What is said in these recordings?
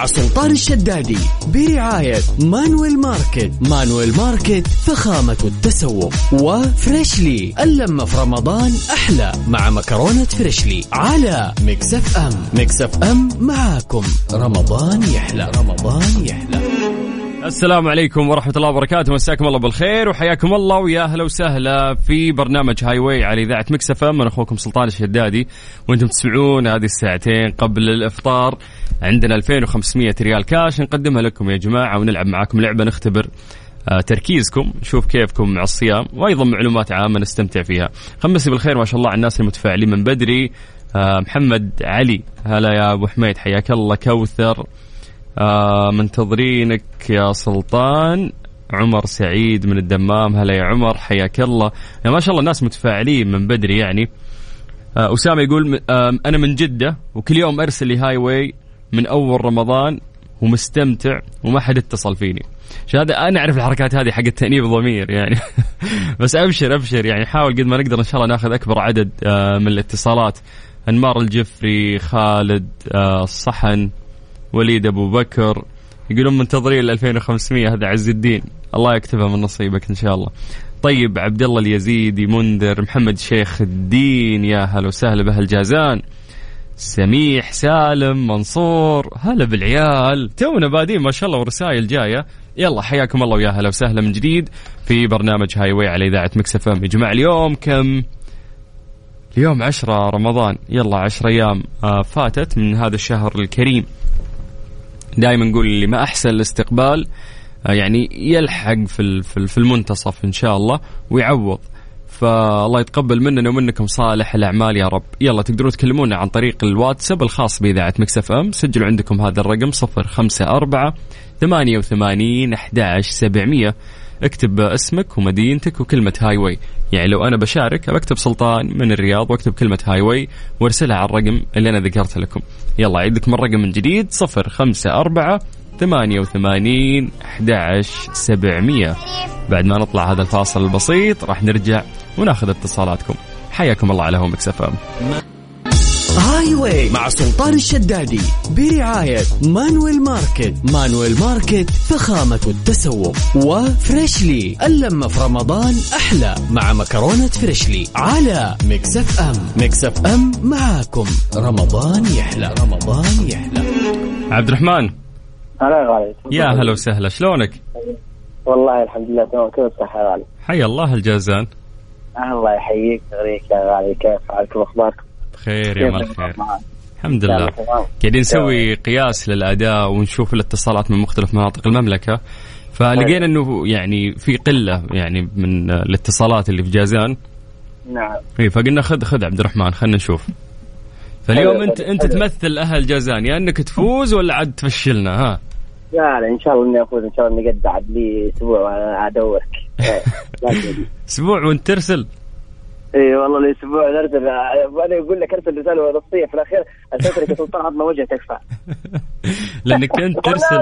سلطان الشدادي برعاية مانويل ماركت فخامة التسوق، وفريشلي اللمة في رمضان أحلى مع مكرونة فريشلي على ميكس اف ام معاكم رمضان يحلى. السلام عليكم ورحمة الله وبركاته، مساكم الله بالخير وحياكم الله ويا أهلا وسهلا في برنامج هاي واي على إذاعة ميكس اف ام. أنا أخوكم سلطان الشدادي وأنتم تسمعون هذه الساعتين قبل الإفطار. عندنا 2500 ريال كاش نقدمها لكم يا جماعة، ونلعب معاكم لعبة نختبر تركيزكم، نشوف كيفكم مع الصيام، وأيضا معلومات عامة نستمتع فيها. خمسي بالخير ما شاء الله على الناس المتفاعلين من بدري. محمد علي هلا يا أبو حميد، حياك الله. كوثر منتظرينك يا سلطان. عمر سعيد من الدمام هلا يا عمر، حياك الله. يا ما شاء الله الناس متفاعلين من بدري يعني. أسامة يقول أنا من جدة وكل يوم أرسل لي هاي واي من أول رمضان ومستمتع وما حد اتصل فيني. هذا أنا أعرف الحركات هذه حق التأنيب ضمير يعني بس أبشر يعني حاول قد ما نقدر إن شاء الله ناخذ أكبر عدد من الاتصالات. أنمار الجفري، خالد الصحن، وليد أبو بكر يقولون منتظرين 2500. هذا عز الدين، الله يكتبها من نصيبك إن شاء الله. طيب عبد الله اليزيدي، منذر، محمد شيخ الدين، يا هلا وسهلا بهالجازان. سميح، سالم، منصور، هلا بالعيال، تونا بادين ما شاء الله ورسائل جاية. يلا حياكم الله ويا هلا وسهلا من جديد في برنامج هاي واي على إذاعة ميكس اف ام. يا جماعة اليوم كم؟ اليوم 10 رمضان. يلا 10 أيام فاتت من هذا الشهر الكريم. دائما نقول اللي ما أحسن الاستقبال يعني يلحق في المنتصف إن شاء الله ويعوض. فالله يتقبل مننا ومنكم صالح الأعمال يا رب. يلا تقدرون تكلمونا عن طريق الواتساب الخاص بإذاعة ميكس اف ام. سجلوا عندكم هذا الرقم 054-88-11-700. اكتب اسمك ومدينتك وكلمة هاي واي. يعني لو أنا بشارك بكتب سلطان من الرياض واكتب كلمة هاي واي وارسلها على الرقم اللي أنا ذكرت لكم. يلا عيدكم الرقم من جديد 054-88-11-700. بعد ما نطلع هذا الفاصل البسيط راح نرجع وناخذ اتصالاتكم. حياكم الله على ميكس اف ام. هاي واي مع سلطان الشدادي برعاية مانويل ماركت فخامة التسوق، وفريشلي اللمة في رمضان أحلى مع مكرونة فريشلي على ميكس اف ام معاكم رمضان يحلى. عبد الرحمن هلا غالي، يا هلا وسهلا، شلونك؟ والله الحمد لله تمام. كيف الصحة يا غالي؟ حي الله الجازان. الله يحييك ويغريك يا غالي. كيف حالكم واخباركم؟ خير يا مال خير الحمد لله. قاعدين نسوي قياس للأداء ونشوف الاتصالات من مختلف مناطق المملكة، فلقينا انه يعني في قلة يعني من الاتصالات اللي في جازان. نعم. اي فقلنا خذ عبد الرحمن خلنا نشوف. فاليوم انت تمثل اهل جازان، يا انك تفوز ولا عاد تفشلنا؟ ها لا ان شاء الله اني افوز ان شاء الله. نقعد بعد لي اسبوع وانا ادورك اسبوع وانت ترسل. اي والله لي اسبوع نرسل. وانا اقول لك ارسل رساله نصيه في الاخير اسافر سلطان عظمه وجهك تكفى لانك انت ترسل.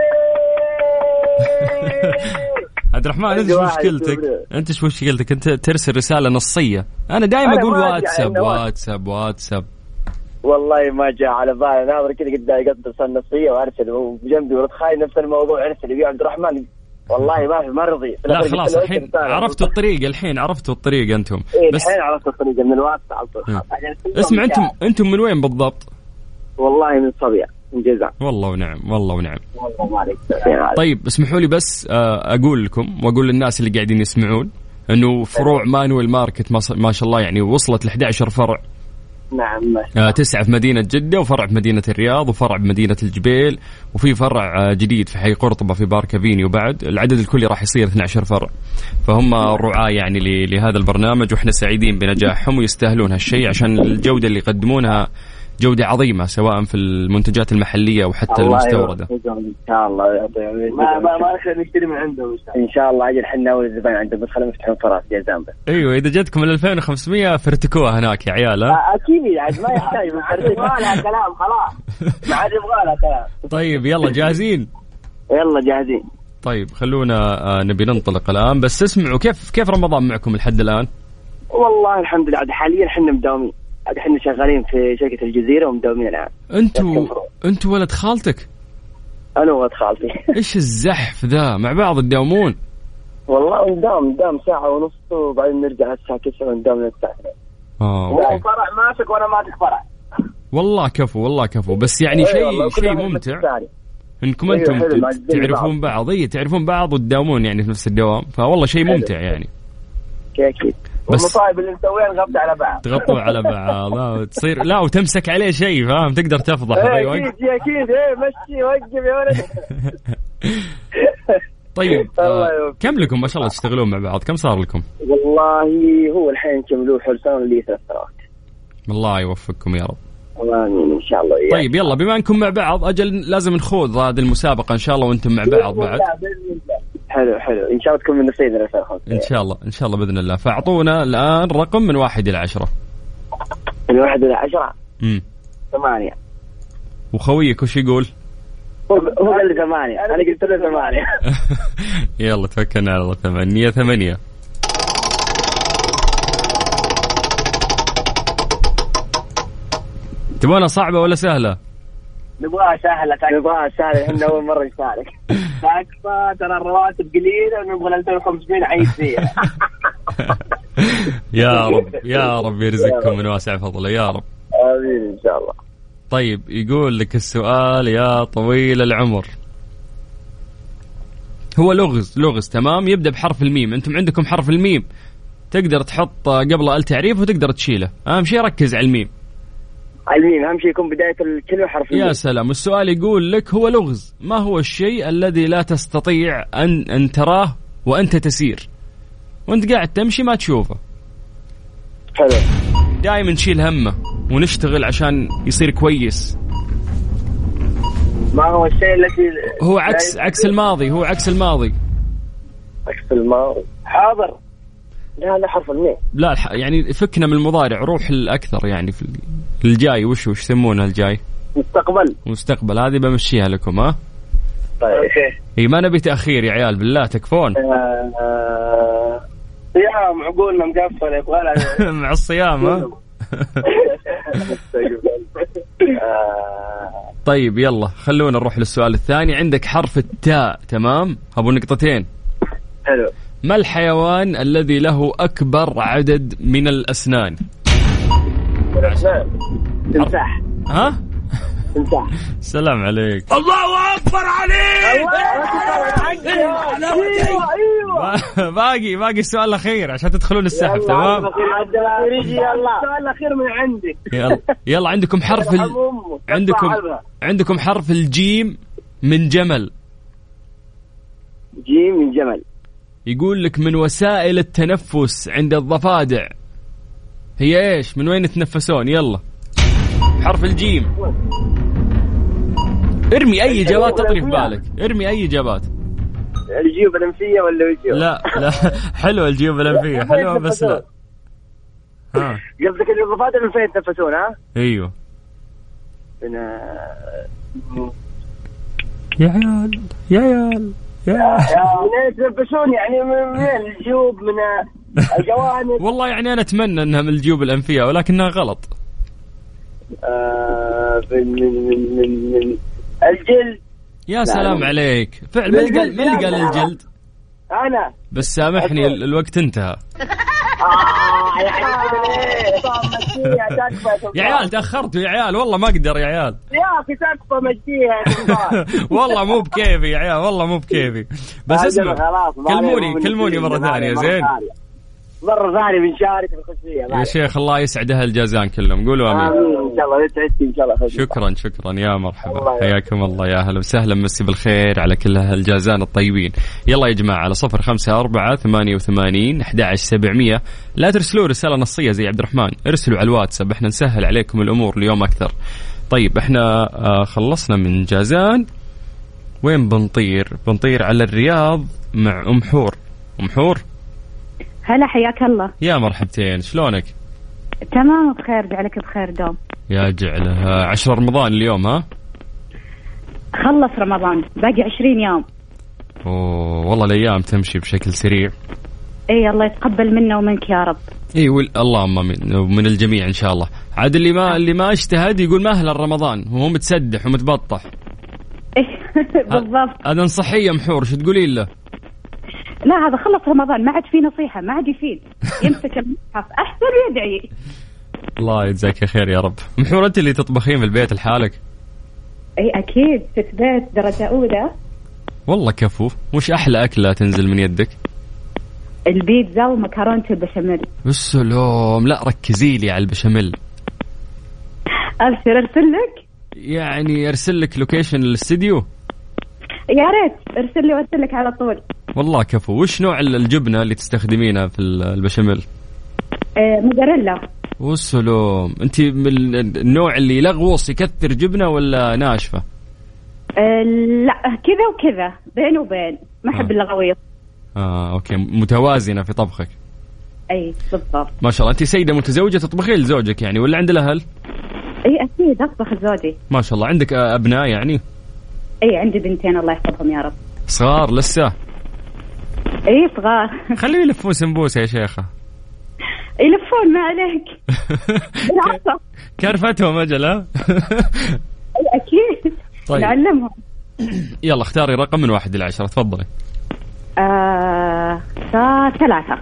عبد الرحمن انت ايش مشكلتك؟ انت ترسل رساله نصيه. انا دائما اقول واتساب. والله ما جاء على بالي. ناظر كذا قد يقدر رساله نصيه وارسل، وجنبي ورد خاي نفس الموضوع ارسل يا عبد الرحمن. والله ما رضي. لا خلاص الحين عرفتوا الطريقة. الحين عرفتوا الطريقة أنتم. بس الحين عرفتوا الطريقة من الواتس على طول. اسمع أنتم من وين بالضبط؟ والله من صبيا من جازان. والله ونعم. والله ما عليك. طيب اسمحوا لي بس أقول لكم وأقول للناس اللي قاعدين يسمعون إنه فروع مانويل ماركت ما شاء الله يعني وصلت ل11 فرع. نعم. 9 في مدينة جدة، وفرع في مدينة الرياض، وفرع بمدينة الجبيل، وفي فرع جديد في حي قرطبة في بارك افينيو. بعد العدد الكلي راح يصير 12 فرع. فهم الرعاة يعني لهذا البرنامج، وإحنا سعيدين بنجاحهم ويستاهلون هالشيء عشان الجودة اللي يقدمونها جودة عظيمة سواء في المنتجات المحلية وحتى المستوردة. إن شاء الله ما نخلي نشتري من عندهم إن شاء الله. أجل حنا والزبائن عندهم بس خلينا نفتحون فرص يا زنبة. أيوة إذا جتكم 2500 فرتكوها هناك يا عيال. أكيد يعني ما يحتاج يبغى لها كلام خلاص. ما عاد يبغى لها كلام. طيب يلا جاهزين؟ يلا جاهزين. طيب خلونا نبي ننطلق الآن. بس اسمعوا كيف رمضان معكم لحد الآن؟ والله الحمد لله حاليا حنا مداومين. احنا شغالين في شركة الجزيرة ومداومين الآن. انتوا ولد خالتك؟ انا وولد خالتي. ايش الزحف ذا مع بعض تداومون؟ والله ندام ساعة ونص وبعدين نرجع الساعة 9 وندام للساعة 2. هو فرع ماسك وانا ماسك فرع. والله كفو بس يعني شيء ممتع انكم انتم تعرفون بعض. تعرفون بعض وتداومون يعني في نفس الدوام، فوالله شيء ممتع يعني. اكيد. والمصايب اللي نسويها نغطي على بعض. تغطوا على بعض لا تصير لا وتمسك عليه شيء فاهم، تقدر تفضح اكيد مشي وقف يا ولد. طيب كم لكم ما شاء الله تشتغلون مع بعض؟ كم صار لكم؟ والله هو الحين كملوه حلسان لي 3 سنوات. الله يوفقكم يا رب. امين ان شاء الله. طيب يلا بما انكم مع بعض اجل لازم نخوض هذه المسابقه ان شاء الله وانتم مع بعض بعد. حلو ان شاء الله تكون من نصيبنا ان شاء الله باذن الله. فاعطونا الان رقم من 1 إلى 10. من 1 إلى 10. 8. وخويك وش يقول؟ هو قال لي 8، انا قلت له 8. يلا توكلنا على الله. 8. تبغانا صعبة ولا سهلة؟ نبغاها سهلة. احنا أول مرة نشارك. تكفى ترى الرواتب قليلة ونبغى 2500 عيد فيها. يا رب يرزقكم من واسع فضله يا رب. آمين إن شاء الله. طيب يقول لك السؤال يا طويل العمر. هو لغز تمام، يبدأ بحرف الميم. أنتم عندكم حرف الميم تقدر تحط قبله التعريف وتقدر تشيله. أهم شيء ركز على الميم. أهم شيء يكون بداية الكلمة حرف الميم. يا سلام. السؤال يقول لك هو لغز. ما هو الشيء الذي لا تستطيع أن تراه وأنت تسير وأنت قاعد تمشي ما تشوفه؟ حلو. دائما نشيل همه ونشتغل عشان يصير كويس. ما هو الشيء الذي هو عكس الماضي. عكس الماضي. حاضر. لا حرف الميم. لا يعني فكنا من المضارع، روح الأكثر يعني في الجاي. وش يسمونه الجاي؟ مستقبل. هذه بمشيها لكم. ها طيب هي ما نبي تأخير يا عيال بالله تكفون. صيام عقولنا مقفل يبغى مع الصيام. ها طيب يلا خلونا نروح للسؤال الثاني. عندك حرف التاء تمام، أبو نقطتين. حلو. ما الحيوان الذي له أكبر عدد من الأسنان؟ تمساح. ها؟ تمساح. سلام عليك. الله أكبر عليك. باقي السؤال الأخير عشان تدخلون السحب. تمام. السؤال الأخير من عندك. يلا عندكم حرف عندكم حرف الجيم من جمل. جيم من جمل. يقول لك من وسائل التنفس عند الضفادع هي ايش؟ من وين يتنفسون؟ يلا حرف الجيم. ارمي اي اجابات تطري في بالك. ارمي اي اجابات. الجيوب الانفيه ولا الجيوب؟ لا حلوه الجيوب الانفيه حلوه بس لا. ها قصدك الضفادع من فين يتنفسون؟ ها ايوه يا عيال يتنفسون يعني من الجيوب من الجوانب. والله يعني أنا أتمنى أنها من الجيوب الأنفية ولكنها غلط. من الجلد. يا سلام عليك. فعل. من اللي قال الجلد؟ أنا. بس سامحني الوقت انتهى. يا عيال تأخرتوا يا عيال والله ما أقدر يا عيال. يا أخي تكفى مجيها. والله مو بكيفي يا عيال والله مو بكيفي. بس اسمع كلموني مرة ثانية زين. مرة ثانية بنشارك بالخصوصية يا شيخ. الله يسعد أهل الجازان كلهم. قولوا آمين. إن شاء الله يسعدك إن شاء الله. شكرا يا مرحبا. حياكم الله يا أهلا وسهلا. مسي بالخير على كل أهل الجازان الطيبين. يلا يا جماعة على 0548811700 لا ترسلوا رسالة نصية زي عبد الرحمن، ارسلوا على الواتساب. احنا نسهل عليكم الأمور اليوم أكثر. طيب احنا خلصنا من جازان. وين بنطير على الرياض مع أم حور. هلا حياك الله. يا مرحبتين شلونك؟ تمام بخير. جعلك بخير دوم. يا جعلها. 10 رمضان اليوم. ها خلص رمضان باقي 20 يوم. أوه والله الأيام تمشي بشكل سريع. اي الله يتقبل منا ومنك يا رب. اي اللهم من الجميع ان شاء الله. عاد اللي ما اجتهد يقول ما اهل رمضان وهو متسدح ومتبطح. ايه بالضبط. هذا صحية محور، شو تقولين له؟ لا هذا خلص رمضان، ما عاد فيه نصيحة، ما عاد يفيد، يمسك المصحف أحسن ويدعي. الله يجزاك خير يا رب. محور أنت اللي تطبخين في البيت لحالك؟ أي أكيد، في بيت درجة أولى. والله كفو. وش أحلى أكلة تنزل من يدك؟ البيتزا ومكرونة البشاميل. بالسلام. لا ركزي لي على البشاميل. أبشر أرسل لك. يعني أرسل لك لوكيشن الاستديو؟ يا ريت ارسل لي وارسل لك على طول. والله كفو. وش نوع الجبنة اللي تستخدمينها في البشاميل؟ موزاريلا. والسلام. أنت من النوع اللي يلغوص يكثر جبنة ولا ناشفة؟ لا كذا وكذا، بين وبين، ما أحب اللغويط. أوكي، متوازنة في طبخك. أي بالضبط. ما شاء الله. أنت سيدة متزوجة تطبخين لزوجك يعني ولا عند الأهل؟ أي أكيد أطبخ لزوجي. ما شاء الله. عندك أبناء يعني؟ أي عندي بنتين الله يحفظهم يا رب. صغار لسه؟ أي صغار. خليه يلفون سمبوسة يا شيخة. يلفون ما عليك. بالعصا. كرفتهم أجل. ها؟ أي أكيد. طيب. نعلمهم. يلا اختاري رقم من 1 إلى 10. تفضلي. 3.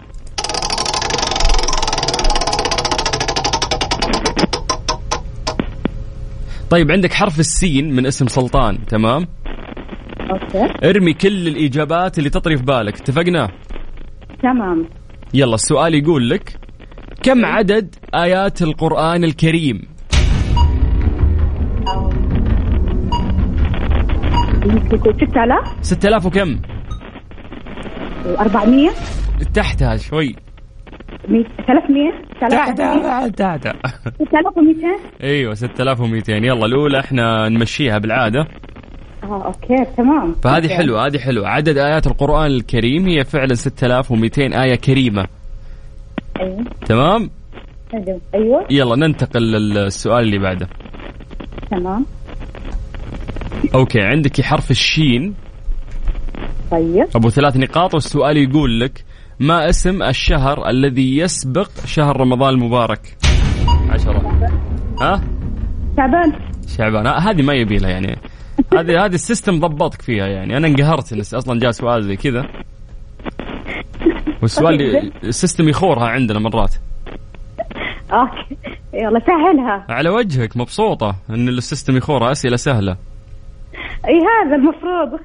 طيب عندك حرف السين من اسم سلطان، تمام؟ أوكي. ارمي كل الإجابات اللي تطري في بالك، اتفقنا؟ تمام. يلا السؤال يقول لك كم عدد آيات القرآن الكريم؟ 6000. 6000 وكم؟ 400. تحتها شوي. 300. تحتها. 6200. ايوه 6200. يلا الأولى احنا نمشيها بالعادة. اوكي تمام. فهذه حلوة، هذه حلوة. عدد آيات القرآن الكريم هي فعلا 6200 آية كريمة. ايوه تمام. ايوه. يلا ننتقل للسؤال اللي بعده. تمام. اوكي عندك حرف الشين. طيب. ابو 3 نقاط. والسؤال يقول لك ما اسم الشهر الذي يسبق شهر رمضان المبارك؟ 10. ها؟ شعبان. هذه ما يبيلها يعني. هذه السيستم ضبطك فيها يعني. انا انقهرت ان اصلا جاء سؤال زي كذا. والسؤال السيستم يخورها عندنا مرات. اوكي يلا سهلها. على وجهك مبسوطة ان السيستم يخورها اسئلة سهلة. اي هذا المفروض.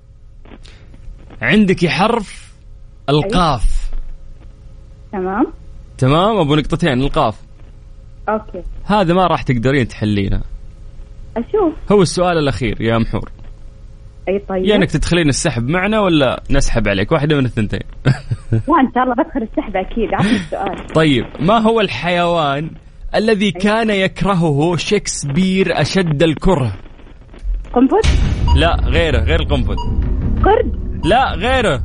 عندك حرف القاف. تمام. تمام ابو نقطتين القاف. اوكي. هذا ما راح تقدرين تحلينه. اشوف. هو السؤال الاخير يا محور. اي طيب. يعني انك تدخلين السحب معنا ولا نسحب عليك؟ واحدة من الثنتين. لا ان شاء الله بدخل السحب اكيد. عطني السؤال. طيب ما هو الحيوان الذي كان يكرهه شكسبير اشد الكره؟ قنفذ. لا غيره، غير القنفذ. قرد. لا غيره.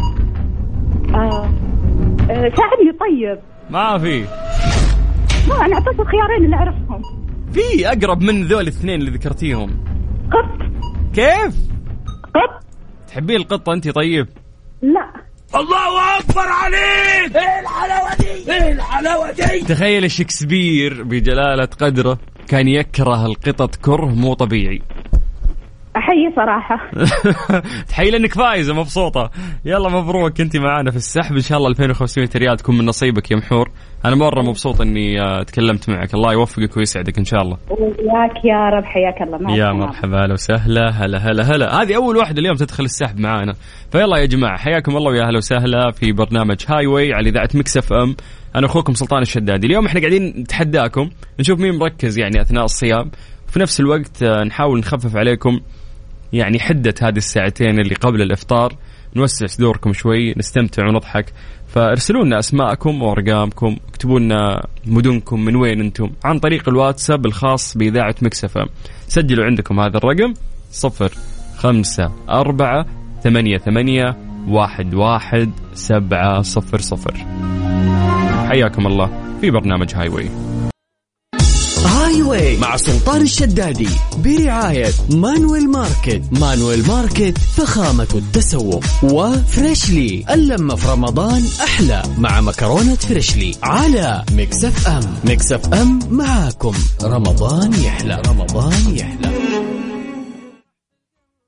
ساعدني طيب. ما في. لا انا اعطيت الخيارين اللي اعرفهم. في اقرب من ذول الاثنين اللي ذكرتيهم. قط. كيف؟ قط. تحبين القطة انت؟ طيب لا. الله أكبر عليك. ايه الحلاوة دي، ايه الحلاوة دي. تخيل شكسبير بجلالة قدره كان يكره القطط كره مو طبيعي. أحيي صراحة. تحيي لأنك فايزة مبسوطة. يلا مبروك انت معانا في السحب. ان شاء الله 2500 ريال تكون من نصيبك يا محور. انا مرة مبسوط اني تكلمت معك. الله يوفقك ويسعدك ان شاء الله. وياك يا رب. حياك الله. يا مرحبا. هلا وسهلا. هلا. هذه اول واحدة اليوم تدخل السحب معانا. فيلا يا جماعة حياكم الله ويا هلا وسهلا في برنامج هاي واي على إذاعة ميكس اف ام. انا اخوكم سلطان الشدادي. اليوم احنا قاعدين نتحداكم نشوف مين مركز يعني اثناء الصيام، وفي نفس الوقت نحاول نخفف عليكم يعني حدة هذه الساعتين اللي قبل الإفطار، نوسع صدوركم شوي، نستمتع ونضحك. فارسلوا لنا أسماءكم وأرقامكم، اكتبوا لنا مدنكم من وين أنتم عن طريق الواتساب الخاص بإذاعة ميكس اف ام. سجلوا عندكم هذا الرقم 0548811700. حياكم الله في برنامج هاي واي. هاي واي مع سلطان الشدادي برعاية مانويل ماركت. مانويل ماركت فخامة التسوق. وفريشلي اللمة في رمضان أحلى مع مكرونة فريشلي على ميكس اف ام. ميكس اف ام معاكم رمضان يحلى. رمضان يحلى.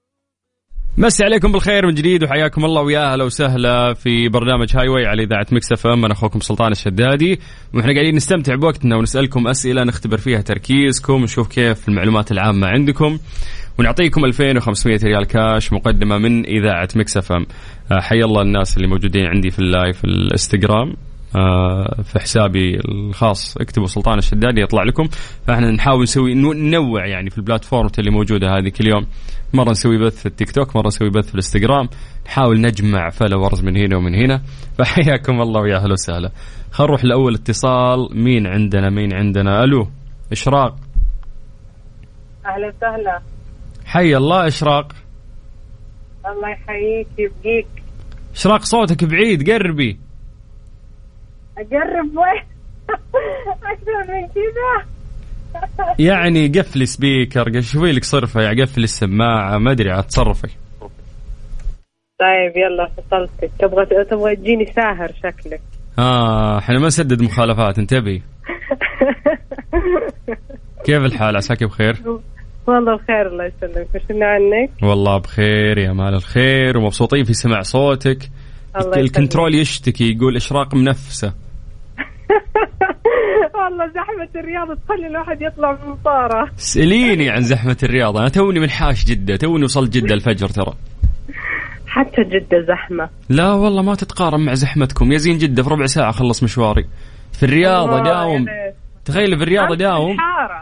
مسي عليكم بالخير من جديد وحياكم الله ويا اهلا وسهلا في برنامج هاي واي على اذاعه ميكس اف ام. انا اخوكم سلطان الشدادي واحنا قاعدين نستمتع بوقتنا ونسالكم اسئله نختبر فيها تركيزكم ونشوف كيف المعلومات العامه عندكم ونعطيكم 2500 ريال كاش مقدمه من اذاعه ميكس اف ام. حي الله الناس اللي موجودين عندي في اللايف الانستغرام في حسابي الخاص اكتبوا سلطان الشدادي يطلع لكم. فاحنا نحاول نسوي ننوع يعني في البلاتفورم اللي موجوده هذه كل يوم. مرة نسوي بث في التيك توك، مرة نسوي بث في الانستغرام، نحاول نجمع فلورز من هنا ومن هنا. فحياكم الله ويا أهلا وسهلا. خلينا نروح لأول اتصال. مين عندنا؟ ألو إشراق. أهلا وسهلا. حي الله إشراق. الله يحييك يبقيك. إشراق صوتك بعيد، قربي. أقرب وين؟ أكثر من كذا. يعني قفل سبيكر، شوي لك صرفة، يعني قفل السماعة، ما أدري أتصرفي. طيب يلا فصلتك. تبغى تجيني ساهر شكلك. احنا ما نسدد مخالفات، انتبهي. كيف الحال؟ عساك بخير؟ والله بخير الله يسلمك. وشنا عنك؟ والله بخير يا مال الخير ومبسوطين في سمع صوتك. الكنترول يشتكي يقول إشراق منفسة. والله زحمة الرياض تخلي الواحد يطلع من مطارة. سأليني عن زحمة الرياض. أنا توني من حاش جدة، توني وصلت جدة الفجر ترى. حتى جدة زحمة. لا والله ما تتقارن مع زحمتكم. يزين جدة في ربع ساعة خلص مشواري. في الرياضة داوم، تخيل في الرياضة داوم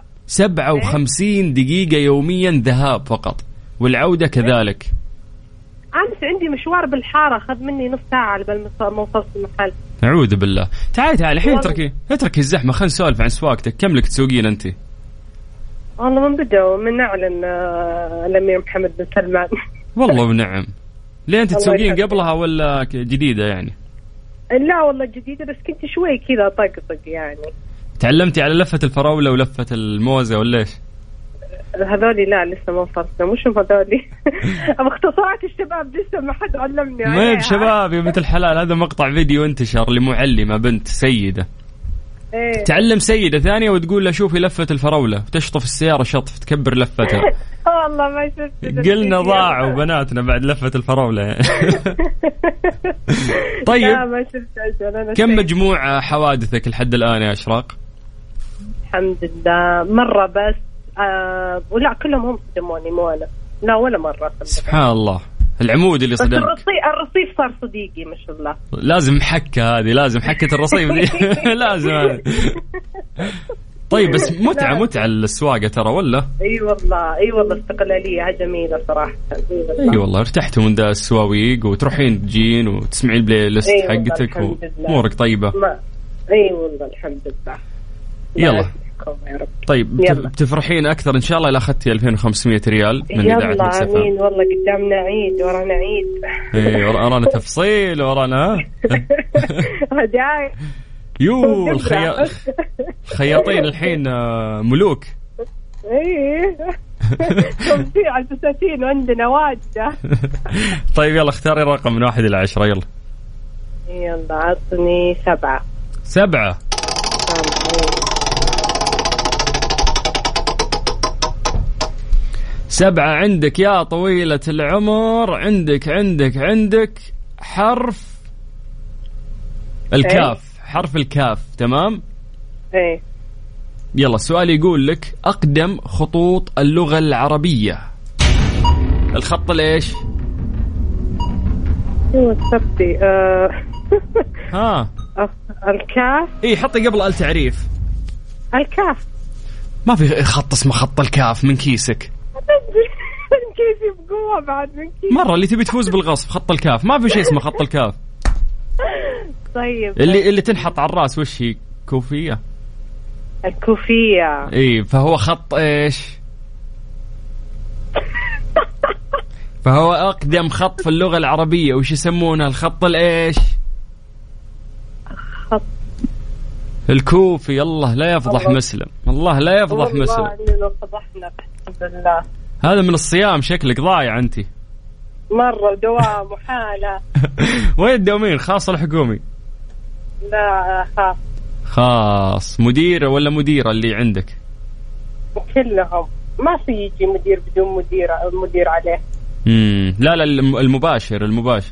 57 دقيقة يوميا ذهاب فقط، والعودة كذلك. أمس عندي مشوار بالحارة أخذ مني نص ساعة على بال ما وصلت المحل. أعوذ بالله. تعالي الحين اتركي الزحمة، خلينا نسولف عن سواقتك. كم لك تسوقين أنت؟ والله من بدأوا من أعلن الأمير محمد بن سلمان. والله ونعم. ليه أنت تسوقين قبلها ولا جديدة يعني؟ لا والله جديدة، بس كنت شوي كذا طقطق يعني. تعلمتي على لفة الفراولة ولفة الموزة ولا إيش؟ هذولي لا لسه ما وصلت. مش هذولي. اختصارات الشباب لسه ما حد علمني. ما بشباب يا بنت الحلال. هذا مقطع فيديو انتشر لمعلمة بنت سيدة. إيه؟ تعلم سيدة ثانية وتقول لها شوفي لفة الفراولة، تشطف السيارة شطف تكبر لفتها. والله ما شفت. قلنا ضاعوا بناتنا بعد لفة الفراولة. طيب لا ما شفت. كم مجموع حوادثك لحد الآن يا إشراق؟ الحمد لله مرة بس. ولا كلهم هم صدموني مو أنا. لا ولا مرة. سبحان الله. العمود اللي صدمك. الرصيف صار صديقي ما شاء الله. لازم حكة هذه، لازم حكة الرصيف دي. لازم هذه. طيب بس متعة السواقة ترى ولا؟ اي والله استقلالية جميلة صراحة. اي والله ارتحتوا من ذا السواويق وتروحين تجين وتسمعين البلاي ليست حقتك وامورك طيبة. اي والله الحمد لله. يلا طيب تفرحين أكثر إن شاء الله إذا أخذتي 2500 ريال من إذاعة ميكس اف ام. آمين. والله قدامنا عيد ورانا عيد. إيه ورانا تفصيل ورانا هدايا. الخياطين الحين ملوك. إيه توزيع الفساتين عندنا واجدة. طيب يلا اختاري رقم من 1 إلى 10. يلا عطني 7. 7. 7 عندك يا طويلة العمر. عندك حرف الكاف. حرف الكاف. تمام. ايه يلا السؤال يقول لك أقدم خطوط اللغة العربية. الخط ليش؟ السبتي. ها الكاف. ايه حطي قبل التعريف. الكاف. ما في خط اسمه خط الكاف من كيسك. كيسي بقوة بعد من كيسي. مرة اللي تبي تفوز بالغصب خط الكاف. ما في شيء اسمه خط الكاف. طيب اللي تنحط على الراس وش هي؟ كوفية. الكوفية. ايه فهو خط ايش؟ فهو أقدم خط في اللغة العربية. وش يسمونه الخط الإيش؟ خط الكوفي. الله لا يفضح مسلم. الله لا يفضح مسلم. والله فضحنا الحمد لله. هذا من الصيام شكلك ضايع أنت. مرة دوام وحالة. وين الدوامين؟ خاص الحكومي؟ لا خاص. مديرة ولا مديرة اللي عندك؟ كلهم. ما في يجي مدير بدون مدير عليه. لا المباشر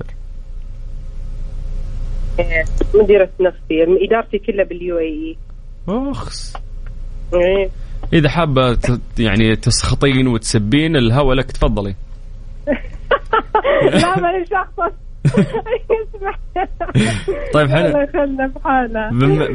مديرة نفسي، إدارتي كلها بالUAE. أخس. إذا حابة يعني تسخطين وتسبين الهوا لك، تفضلي. لا مالي شخص. طيب حلو. خلنا بحالة.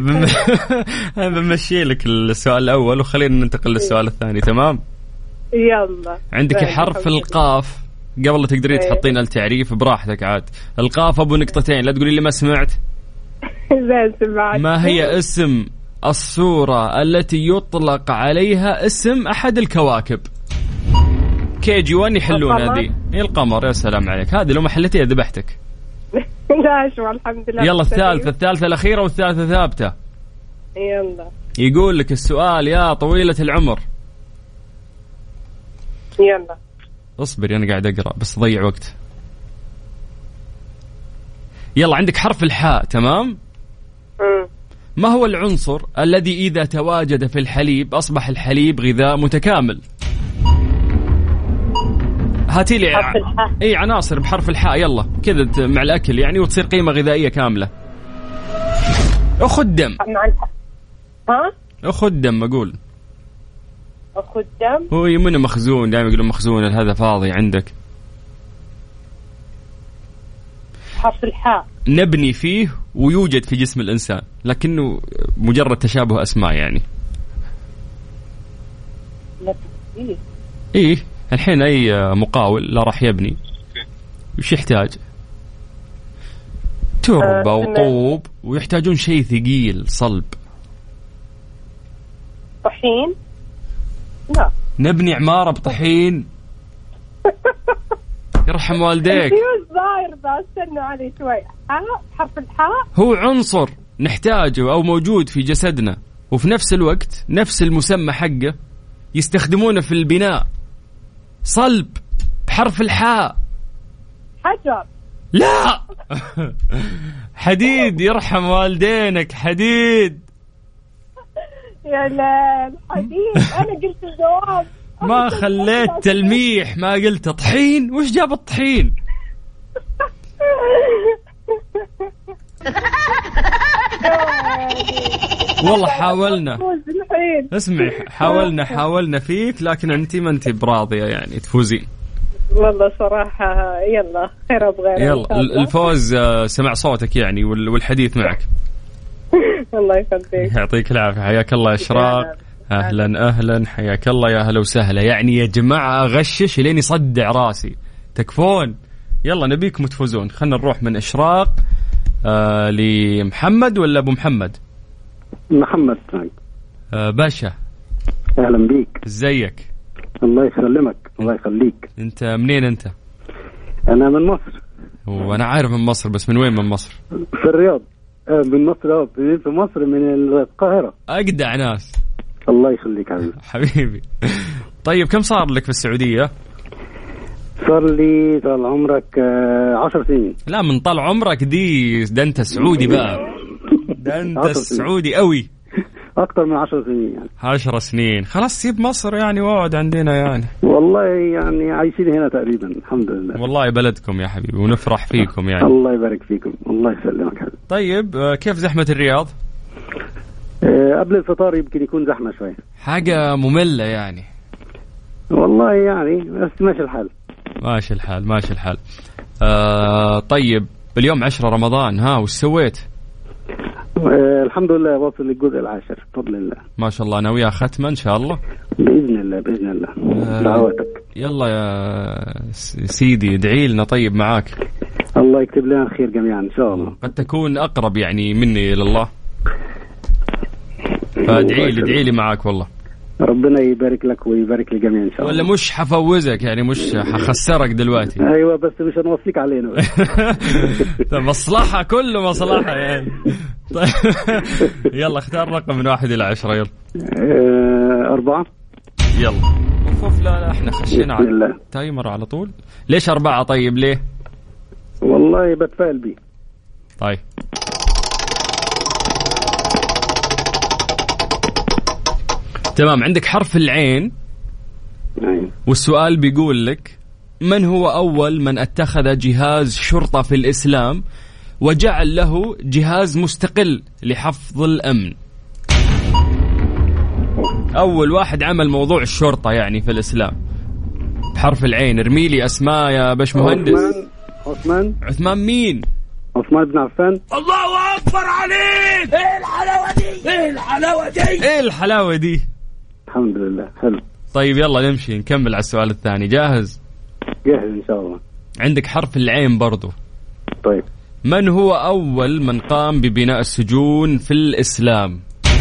بمشي لك السؤال الأول وخلينا ننتقل للسؤال الثاني. تمام. يلا. عندك حرف القاف، قبل لا تقدري تحطين التعريف براحتك عاد. القاف أبو نقطتين، لا تقولي لي ما سمعت. زين سمعت. ما هي اسم الصورة التي يطلق عليها اسم أحد الكواكب؟ KG1 يحلون هذه. القمر. يا سلام عليك، هذه لو ما حلتيها ذبحتك. لا شو الحمد لله. يلا الثالثة الأخيرة والثالثة ثابتة. يلا. يقول لك السؤال يا طويلة العمر. يلا. اصبري أنا قاعد أقرأ بس ضيع وقت. يلا عندك حرف الحاء. تمام. ما هو العنصر الذي إذا تواجد في الحليب أصبح الحليب غذاء متكامل؟ هاتي لي اي عناصر بحرف الحاء يلا كذا مع الأكل يعني، وتصير قيمة غذائية كاملة. أخدم. أخدم أقول. أخدم. هو يمنا مخزون، دائما يقولون مخزون، هذا فاضي عندك. حرف الحاء. نبني فيه ويوجد في جسم الإنسان، لكنه مجرد تشابه أسماء يعني. نبني. إيه الحين أي مقاول لا راح يبني وش يحتاج؟ تربة وطوب، ويحتاجون شيء ثقيل صلب. طحين. لا. نبني عمارة بطحين. يرحم والديك. استنوا علي شوي. حرف الحاء هو عنصر نحتاجه أو موجود في جسدنا، وفي نفس الوقت نفس المسمى حقه يستخدمونه في البناء. صلب بحرف الحاء. حجر. لا. حديد. يرحم والدينك. حديد. يا لا الحديد. أنا قلت الجواب. ما خليت تلميح، ما قلت طحين. وش جاب الطحين؟ والله حاولنا. اسمعي حاولنا فيك، لكن انت ما انت براضية يعني تفوزين. والله صراحة يلا خير أبغى. يلا الفوز سمع صوتك يعني والحديث معك. الله يخليك. يعطيك العافية. حياك الله يا إشراق. أهلا حياك الله. يا هلا وسهلا. يعني يا جماعة أغشش لين يصدع راسي، تكفون. يلا نبيكم تفوزون. خلنا نروح من إشراق لمحمد ولا أبو محمد؟ محمد. باشا أهلا بيك. ازيك؟ الله يسلمك. الله يخليك. انت منين انت؟ انا من مصر. وانا عارف من مصر، بس من وين من مصر؟ في الرياض. من مصر. في مصر من القاهرة. اجدع ناس. الله يخليك حبيبي. حبيبي. طيب كم صار لك في السعودية؟ صار لي طال عمرك 10 سنين. لا من طال عمرك دي ده انت سعودي بقى. ده انت سعودي قوي. أكثر من 10 سنين يعني. 10 سنين. خلاص سيب مصر يعني واقعد عندنا يعني. والله يعني عايشين هنا تقريبا الحمد لله. والله بلدكم يا حبيبي ونفرح فيكم يعني. الله يبارك فيكم. الله يسلمك حبيبي. طيب كيف زحمة الرياض؟ قبل الفطار يمكن يكون زحمة شوية. حاجة مملة يعني. والله يعني بس ماشي الحال. ماشي الحال. طيب اليوم 10 رمضان، ها وش سويت؟ الحمد لله واصل للجزء العاشر بفضل الله. ما شاء الله. ناويها ختمة إن شاء الله؟ بإذن الله. دعواتك. يلا يا سيدي ادعي لنا. طيب معاك. الله يكتب لنا الخير جميعا إن شاء الله. قد تكون أقرب يعني مني إلى الله، فادعي لي معاك والله. ربنا يبارك لك ويبارك للجميع إن شاء الله. ولا مش حفوزك يعني، مش حخسرك دلوقتي. أيوة بس مش هنوصيك علينا. مصلحة، كله مصلحة يعني. طيب يلا اختار رقم من 1 إلى 10. يلا 4. يلا لا احنا خشينا على تايمر على طول. ليش 4؟ طيب ليه؟ والله بتفائل بيه. طيب تمام. عندك حرف العين. والسؤال بيقول لك من هو أول من اتخذ جهاز شرطة في الإسلام وجعل له جهاز مستقل لحفظ الأمن؟ أول واحد عمل موضوع الشرطة يعني في الإسلام بحرف العين. ارميلي أسماء يا باش مهندس. عثمان مين؟ عثمان بن عفان. الله أكبر عليك. ايه الحلاوة دي، ايه الحلاوة دي، ايه الحلاوة دي. الحمد لله حلو. طيب يلا نمشي نكمل على السؤال الثاني. جاهز؟ جاهز إن شاء الله. عندك حرف العين برضو. طيب من هو أول من قام ببناء السجون في الإسلام؟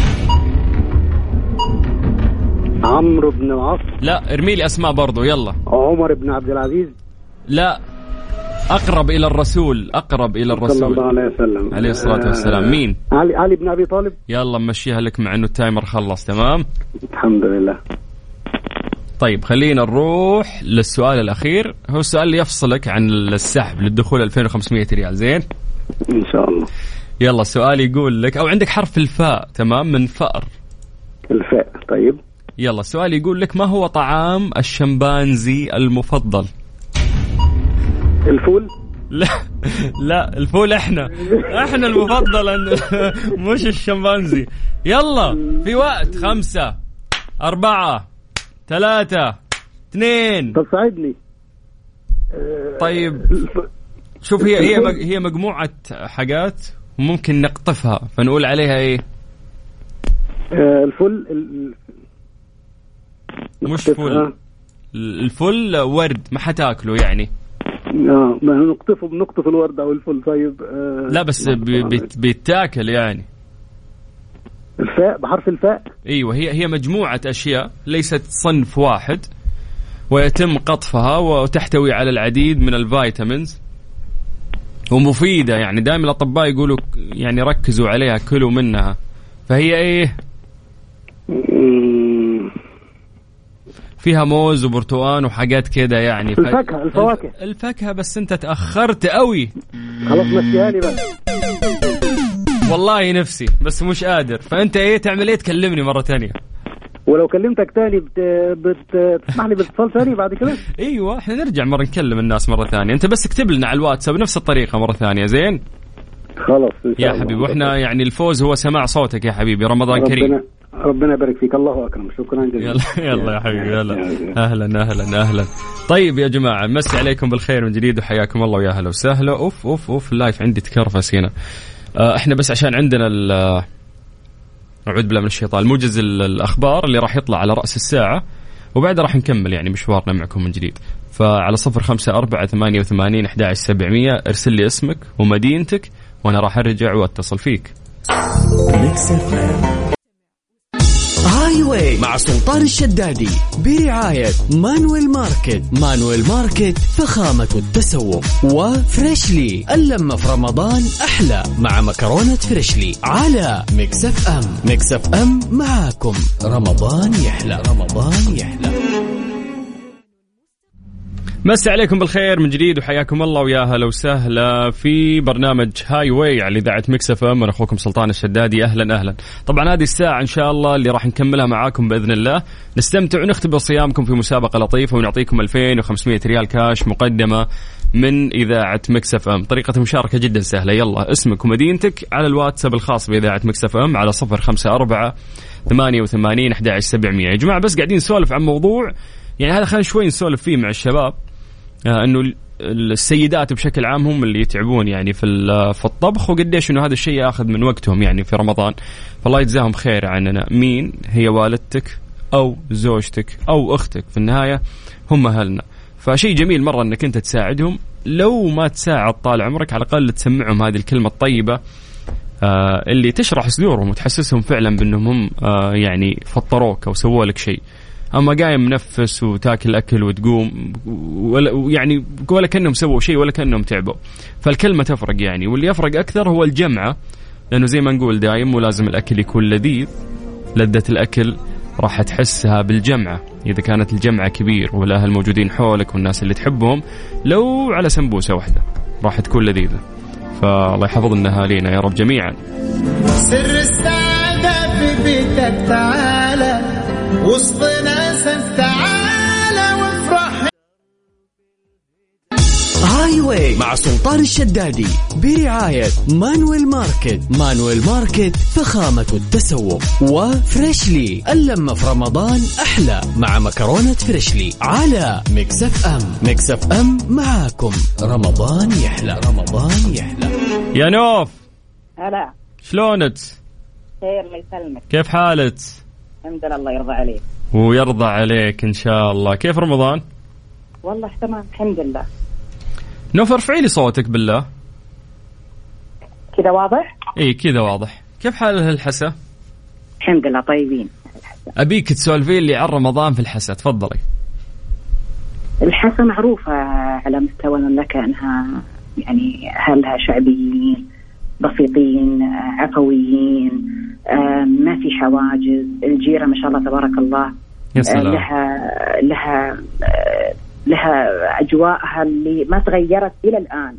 عمرو بن العاص. لا ارمي لي أسماء برضو يلا. عمر بن عبد العزيز. لا أقرب إلى الرسول، أقرب إلى الرسول صلى الله عليه وسلم عليه الصلاة والسلام. مين؟ علي بن أبي طالب. يلا مشيها لك مع أنه التايمر خلص. تمام الحمد لله. طيب خلينا نروح للسؤال الأخير، هو السؤال اللي يفصلك عن السحب للدخول 2500 ريال. زين إن شاء الله. يلا السؤال يقول لك، أو عندك حرف الفاء تمام من فأر. الفاء. طيب يلا السؤال يقول لك، ما هو طعام الشمبانزي المفضل؟ الفول. لا الفول احنا المفضل مش الشمبانزي. يلا في وقت 5 4 3 2. طب ساعدني. طيب شوف هي مجموعة حاجات وممكن نقطفها فنقول عليها ايه؟ الفل. مش فل. الفل ورد ما حتاكله يعني. ما نقطف الورد او الفل. طيب لا بس بيتاكل يعني. الفاء بحرف الفاء. ايوه هي مجموعة اشياء ليست صنف واحد، ويتم قطفها وتحتوي على العديد من الفيتامينز ومفيدة يعني. دائما الأطباء يقولوا يعني ركزوا عليها كلوا منها. فهي ايه؟ فيها موز وبرتقان وحاجات كده يعني. الفاكهة بس انت تأخرت قوي. خلاص مشيهاني بقى. والله نفسي بس مش قادر. فانت ايه تعمل ايه؟ تكلمني مرة تانية. ولو كلمتك تاني بتسمح لي باتصال تاني بعد كده؟ ايوه احنا نرجع مرة نكلم الناس مرة ثانية. انت بس اكتب لنا على الواتساب بنفس الطريقة مرة ثانية. زين خلاص إن شاء يا حبيبي. واحنا يعني الفوز هو سماع صوتك يا حبيبي. رمضان كريم. ربنا يبارك فيك. الله أكرم. شكرا جزيلا. يلا يا حبيبي يلا. أهلا. طيب يا جماعة مسي عليكم بالخير من جديد وحياكم الله ويا هلا وسهلا. أوف اللايف عندي تكرفس هنا. احنا بس عشان عندنا أعوذ بالله من الشيطان، الموجز الأخبار اللي راح يطلع على رأس الساعة وبعدها راح نكمل يعني مشوارنا معكم من جديد. فعلى 0548811700 ارسل لي اسمك ومدينتك وأنا راح أرجع وأتصل فيك. هاي واي مع سلطان الشدادي برعاية مانويل ماركت فخامة التسوق، وفريشلي اللمة في رمضان أحلى مع مكرونة فريشلي على ميكس اف ام معاكم. رمضان يحلى. مسي عليكم بالخير من جديد وحياكم الله ويا هلا وسهلا في برنامج هاي واي على إذاعة ميكس اف ام. أنا أخوكم سلطان الشدادي. أهلا. طبعا هذه الساعة إن شاء الله اللي راح نكملها معاكم بإذن الله، نستمتع ونختبر صيامكم في مسابقة لطيفة ونعطيكم 2500 ريال كاش مقدمة من إذاعة ميكس اف ام. طريقة المشاركة جدا سهلة. يلا اسمك ومدينتك على الواتساب الخاص بإذاعة ميكس اف ام على 0548811700. يا جماعة بس قاعدين نسولف عن موضوع يعني هذا خلينا شوي نسولف فيه مع الشباب. انه السيدات بشكل عام هم اللي يتعبون يعني في الطبخ، وقديش انه هذا الشيء ياخذ من وقتهم يعني في رمضان. فالله يجزاهم خير عننا. مين هي؟ والدتك او زوجتك او اختك، في النهايه هم اهلنا. فشيء جميل مره انك انت تساعدهم. لو ما تساعد طال عمرك على الاقل تسمعهم هذه الكلمه الطيبه اللي تشرح صدورهم وتحسسهم فعلا بانهم هم يعني فطروك او سووا لك شيء. أما قايم منفس وتاكل أكل وتقوم ولا كأنهم سووا شيء ولا كأنهم تعبوا. فالكلمة تفرق يعني. واللي يفرق أكثر هو الجمعة، لأنه زي ما نقول دايم ولازم الأكل يكون لذيذ. لذة الأكل راح تحسها بالجمعة. إذا كانت الجمعة كبير والأهل موجودين حولك والناس اللي تحبهم، لو على سمبوسة واحدة راح تكون لذيذة. فالله يحفظ لنا أهالينا يا رب جميعا. سر السعادة في بيتك تعالى وسط ناسك تعالى وافرح. هاي واي مع سلطان الشدادي برعاية مانويل ماركت. مانويل ماركت فخامة التسوق. وفريشلي اللمة في رمضان أحلى مع مكرونة فريشلي على ميكس اف ام. ميكس اف ام معاكم رمضان يحلى. رمضان يحلى. يا نوف هلا شلونك؟ خير الله يسلمك. كيف حالك؟ الحمد لله الله يرضى عليك. ويرضى عليك إن شاء الله. كيف رمضان؟ والله تمام الحمد لله. نوف ارفعي لي صوتك بالله. كذا واضح؟ اي كذا واضح. كيف حال الحسا؟ الحمد لله طيبين. أبيك تسولفين لي عن رمضان في الحسا، تفضلي. الحسا معروفة على مستوى المملكة أنها يعني أهلها شعبيين بسيطين عفويين، ما في حواجز. الجيرة ما شاء الله تبارك الله لها أجواءها اللي ما تغيرت إلى الآن.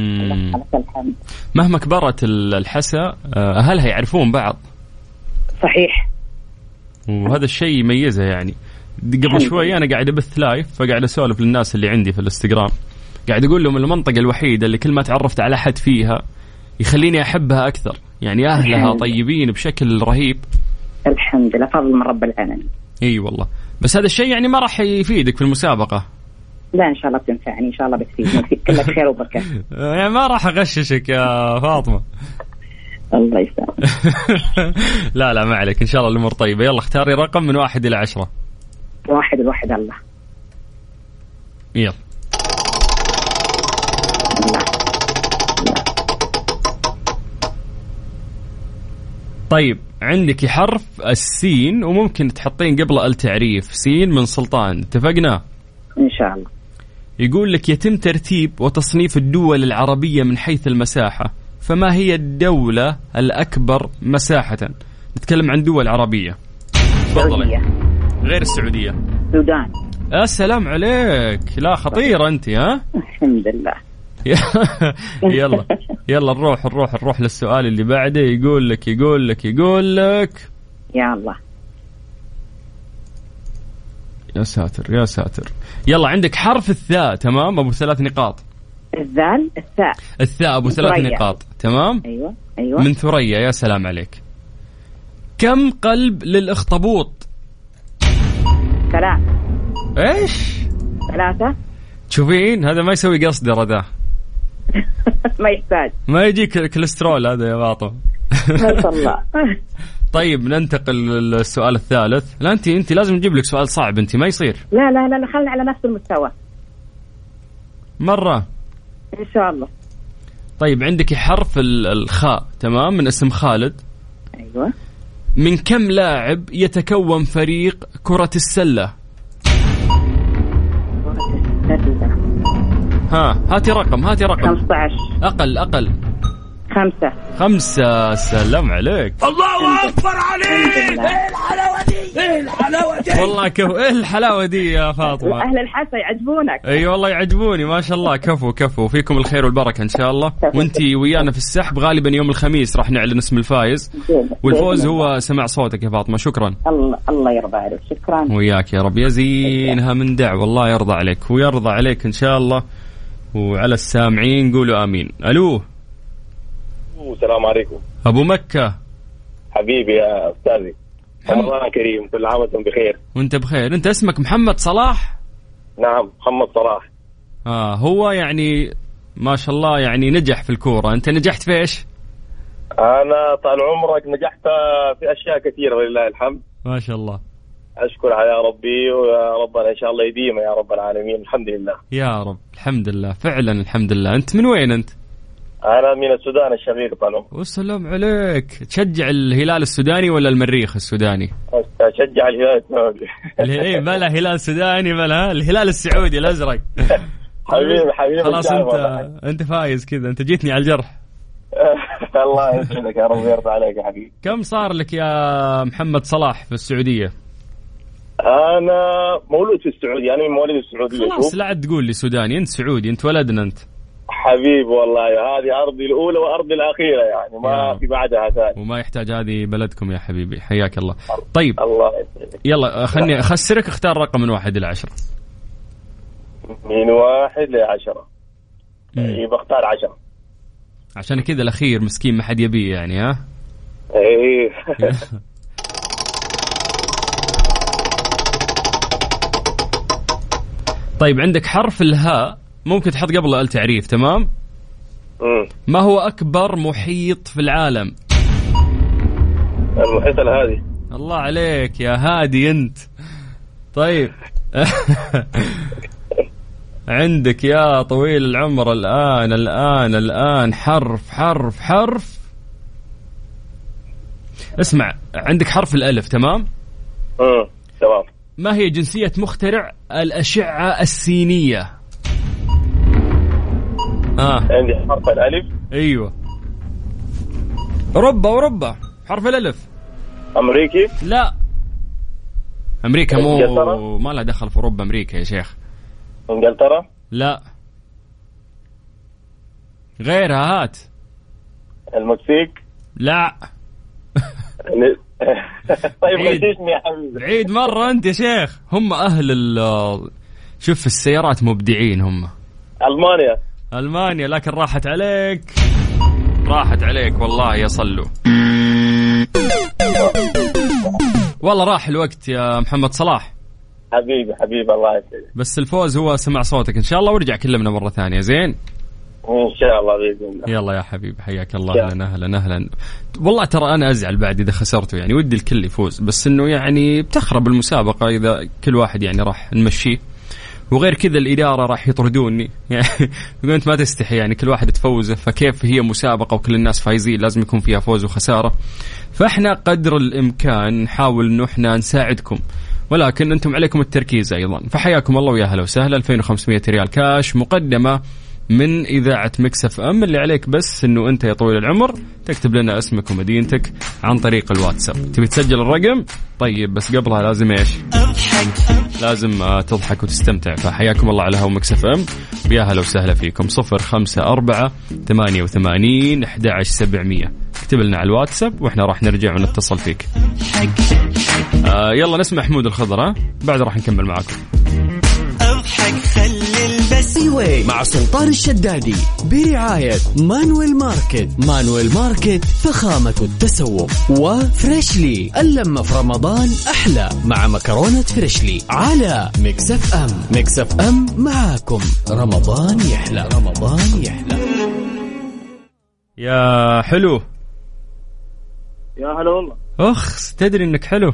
مهما كبرت الحسا أهلها يعرفون بعض. صحيح. وهذا الشيء يميزها يعني. قبل شوي أنا قاعد أبث لايف، فقاعد أسولف للناس اللي عندي في الانستغرام، قاعد أقول لهم المنطقة الوحيدة اللي كل ما تعرفت على أحد فيها يخليني أحبها أكثر، يعني أهلها طيبين بشكل رهيب. الحمد لله فضل من رب العالمين. إي والله. بس هذا الشيء يعني ما راح يفيدك في المسابقة. لا إن شاء الله بتنفعني إن شاء الله بتفيدني كلك خير وبركة. يعني ما راح أغششك يا فاطمة. الله يسلمك. لا ما عليك إن شاء الله الأمور طيبة. يلا اختاري رقم من 1 إلى 10. 1 الواحد الله. يلا. طيب عندك حرف السين وممكن تحطين قبله التعريف. سين من سلطان، اتفقنا؟ إن شاء الله. يقول لك يتم ترتيب وتصنيف الدول العربية من حيث المساحة، فما هي الدولة الأكبر مساحة؟ نتكلم عن دول عربية. السعودية. غير السعودية. السودان. السلام عليك. لا خطيرة أنت. ها الحمد لله. يلا نروح للسؤال اللي بعده. يقول لك يا الله يا ساتر. يلا عندك حرف الثاء. تمام أبو 3 نقاط. الثاء أبو 3 نقاط. تمام. أيوة من ثريا. يا سلام عليك. كم قلب للأخطبوط؟ 3. إيش 3؟ تشوفين هذا ما يسوي قصد ردا. ما يحتاج. ما يجيك كوليسترول هذا يا باطل. ما شاء الله. طيب ننتقل للسؤال الثالث. لا أنت لازم نجيب لك سؤال صعب. أنت ما يصير. لا خلنا على نفس المستوى مرة إن شاء الله. طيب عندك حرف الخاء. تمام من اسم خالد. أيوة. من كم لاعب يتكون فريق كرة السلة؟ هاتي رقم 15. أقل 5. سلام عليك. الله أكبر عليك. إيه الحلاوة دي والله كفو. إيه الحلاوة دي يا فاطمة. أهل الحسا يعجبونك. أي والله يعجبوني ما شاء الله. كفو فيكم الخير والبركة إن شاء الله. وانتي ويانا في السحب غالبا يوم الخميس راح نعلن اسم الفائز، والفوز هو سمع صوتك يا فاطمة. شكرا. الله يرضى عليك. شكرا. وياك يا رب. يزينها من دعوة. الله يرضى عليك ويرضى عليك إن شاء الله. وعلى السامعين قولوا آمين. ألو. السلام عليكم. أبو مكة حبيبي يا أستاذي. رمضان كريم، كل عام وانتم بخير. وانت بخير. انت اسمك محمد صلاح؟ نعم محمد صلاح. هو يعني ما شاء الله يعني نجح في الكورة. انت نجحت في ايش؟ انا طال عمرك نجحت في اشياء كثيرة ولله الحمد. ما شاء الله. اشكر على ربي ويا ربنا ان شاء الله يديمه يا رب العالمين. الحمد لله يا رب. الحمد لله فعلا الحمد لله. انت من وين انت؟ انا من السودان الشقيق طال عمرك. والسلام عليك. تشجع الهلال السوداني ولا المريخ السوداني؟ اشجع الهلال السعودي. ايه بلا هلال سوداني بلا الهلال السعودي الازرق. حبيبي خلاص انت فايز كذا. انت جيتني على الجرح. الله يسعدك يا رب يرضى عليك يا حبيبي. كم صار لك يا محمد صلاح في السعودية؟ انا مولود في السعودية. انا من مواليد السعودية. خلاص لا عاد تقول لي سوداني. انت سعودي. انت ولدنا انت حبيب. والله هذه أرضي الأولى وأرضي الأخيرة يعني ما في بعدها ثاني. وما يحتاج. هذه بلدكم يا حبيبي. حياك الله. طيب الله يلا خلني أخسرك. اختار رقم من 1 إلى 10. من 1 ل 10. بختار 10. عشان كذا الأخير مسكين ما حد يبيه يعني ها. ايه. طيب عندك حرف الهاء، ممكن تحط قبله التعريف. تمام. ما هو أكبر محيط في العالم؟ المحيط الهادي. الله عليك يا هادي أنت. طيب عندك يا طويل العمر الآن حرف اسمع، عندك حرف الألف. تمام. تمام. ما هي جنسية مخترع الأشعة السينية؟ عندي حرف الألف. أيوة. أوروبا حرف الألف. أمريكي. لا، أمريكا مو ما لها دخل في أوروبا. أمريكا يا شيخ. إنجلترا. لا، غيرها هات. المكسيك. لا. طيب غششني يا حبيبي. بعيد مرة أنت يا شيخ. هم أهل شوف السيارات مبدعين هم. ألمانيا، لكن راحت عليك والله يا صلوا. والله راح الوقت يا محمد صلاح. حبيبي الله يسعدك. بس الفوز هو سمع صوتك إن شاء الله، ورجع كلمنا مرة ثانية. زين إن شاء الله بإذن الله. يلا يا حبيبي حياك الله. أهلا. والله ترى أنا أزعل بعد إذا خسرته، يعني ودي الكل يفوز، بس إنه يعني بتخرب المسابقة إذا كل واحد يعني راح نمشيه. وغير كذا الإدارة راح يطردوني يعني. يقول أنت ما تستحي يعني كل واحد تفوزه، فكيف هي مسابقة وكل الناس فايزين لازم يكون فيها فوز وخسارة. فإحنا قدر الإمكان نحاول إنه إحنا نساعدكم، ولكن أنتم عليكم التركيز أيضا. فحياكم الله ويا هلا وسهلا. 2500 ريال كاش مقدمة من إذاعة ميكس اف ام. اللي عليك بس إنه أنت يا طويل العمر تكتب لنا اسمك ومدينتك عن طريق الواتساب. تبي تسجل الرقم؟ طيب بس قبلها لازم إيش؟ لازم تضحك وتستمتع. فحياكم الله على هوا ميكس اف ام، ويا هلا وسهلا فيكم. 0548811700. اكتب لنا على الواتساب وإحنا راح نرجع ونتصل فيك. يلا نسمع حمود الخضر، بعد راح نكمل معاكم. مع سلطان الشدادي برعاية مانويل ماركت فخامة التسوق، وفريشلي اللمة في رمضان أحلى مع مكرونة فريشلي على ميكس اف ام معاكم. رمضان يحلى. يا حلو. يا هلا والله. أخ تدري إنك حلو.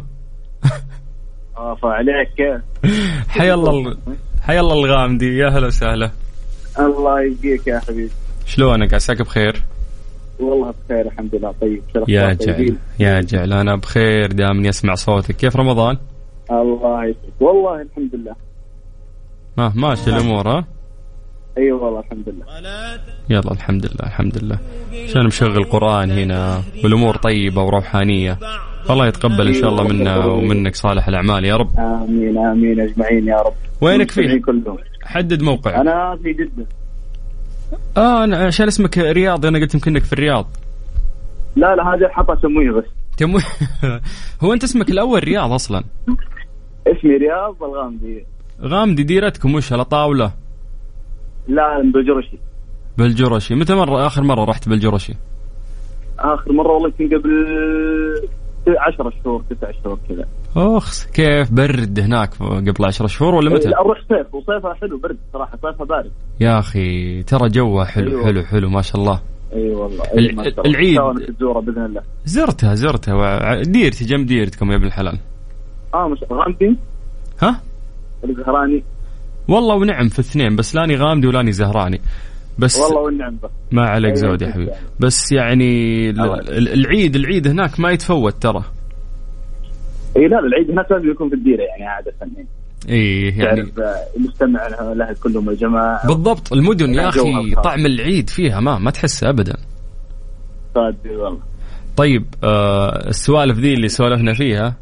فعليك. حيا الله الغامدي، يا هلا وسهلا. الله يبقيك يا حبيبي. شلونك؟ عساك بخير؟ والله بخير الحمد لله. طيب يا جعل أنا بخير دائما يسمع صوتك. كيف رمضان؟ الله يسعدك. والله الحمد لله ماشي الأمور. ها أيوة والله الحمد لله. يلا الحمد لله. عشان مشغل قرآن هنا والأمور طيبة وروحانية. الله يتقبل إن شاء الله منا ومنك صالح الأعمال يا رب. آمين أجمعين يا رب. وينك فيه؟ حدد موقعك. أنا في جدة. أنا عشان اسمك رياض أنا قلت يمكنك في الرياض. لا هذا حطها تمويه بس. هو أنت اسمك الأول رياض أصلا؟ اسمي رياض الغامدي. ديرتكم وش على طاولة؟ لا بالجرشي. متى آخر مرة رحت بالجرشي؟ آخر مرة والله كان قبل 10 شهور 9 شهور كذا. أخ كيف برد هناك قبل 10 شهور ولا متى؟ أروح صيف، وصيفها حلو، برد صراحة صيفها بارد يا أخي. ترى جوه حلو. أيوة. حلو ما شاء الله. والله. العيد تزوره بإذن الله. زرتها ديرتي جنب ديرتكم يا ابن الحلال. مش غامدي. ها؟ الزهراني. والله ونعم في الاثنين، بس لاني غامدي ولاني زهراني. بس والله والنعم. ما عليك زود يا حبيبي. بس يعني العيد هناك ما يتفوت ترى. لا العيد هناك لازم يكون في الديرة يعني عادة. يعني المستمع لها كلهم الجماعة. بالضبط. المدن يا أخي طعم العيد فيها ما تحسه أبدا. والله. طيب السوالف ذي اللي سولفنا فيها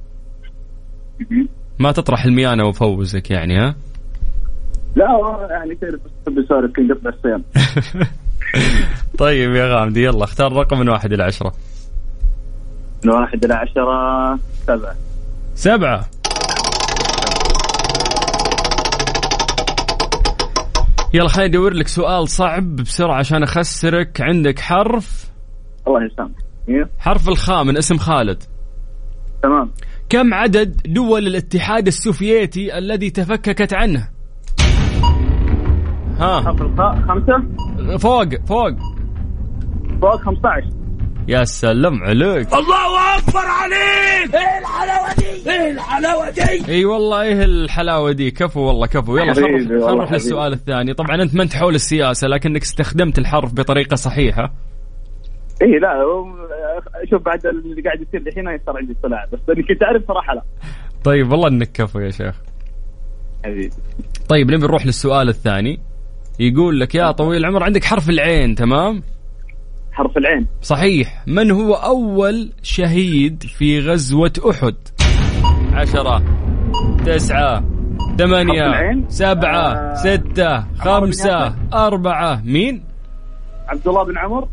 ما تطرح الميانة وفوزك يعني. ها لا يعني تعرف بس بسولف كنت قبل الصيام. طيب يا غامدي يلا اختار رقم من 1 إلى 10. من 1 إلى 10 7. يلا خليني ادور لك سؤال صعب بسرعة عشان اخسرك. عندك حرف، الله يسامحك، حرف الخاء من اسم خالد. تمام. كم عدد دول الاتحاد السوفيتي الذي تفككت عنه؟ ها، حرف الخاء 5. فوق 15. يا سلام عليك، الله أكبر عليك. ايه الحلاوة دي، ايه الحلاوة دي. اي والله ايه الحلاوة دي. كفو والله كفو. يلا خلينا نروح للسؤال الثاني. طبعا انت ما انت حول السياسة لكنك استخدمت الحرف بطريقة صحيحة. ايه لا شوف بعد اللي قاعد يصير الحين يصير عندي اطلاع، بس اني كنت اعرف صراحة. لا طيب والله انك كفو يا شيخ حبيبي. طيب نبي نروح للسؤال الثاني. يقول لك يا طويل العمر عندك حرف العين. تمام، حرف العين صحيح. من هو أول شهيد في غزوة أحد؟ 10 9 8 7 6 5 4. مين؟ عبد الله بن عمر.